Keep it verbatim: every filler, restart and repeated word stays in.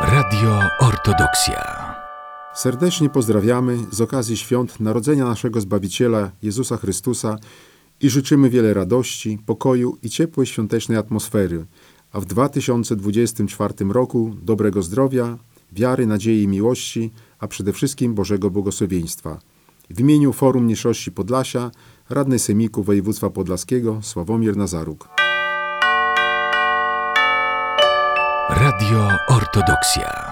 Radio Ortodoksja. Serdecznie pozdrawiamy z okazji świąt Narodzenia naszego Zbawiciela Jezusa Chrystusa i życzymy wiele radości, pokoju i ciepłej świątecznej atmosfery, a w dwa tysiące dwudziestym czwartym roku dobrego zdrowia, wiary, nadziei i miłości, a przede wszystkim Bożego błogosławieństwa. W imieniu Forum Mniejszości Podlasia, radny sejmiku województwa podlaskiego Sławomir Nazaruk. Radio Ortodoksja.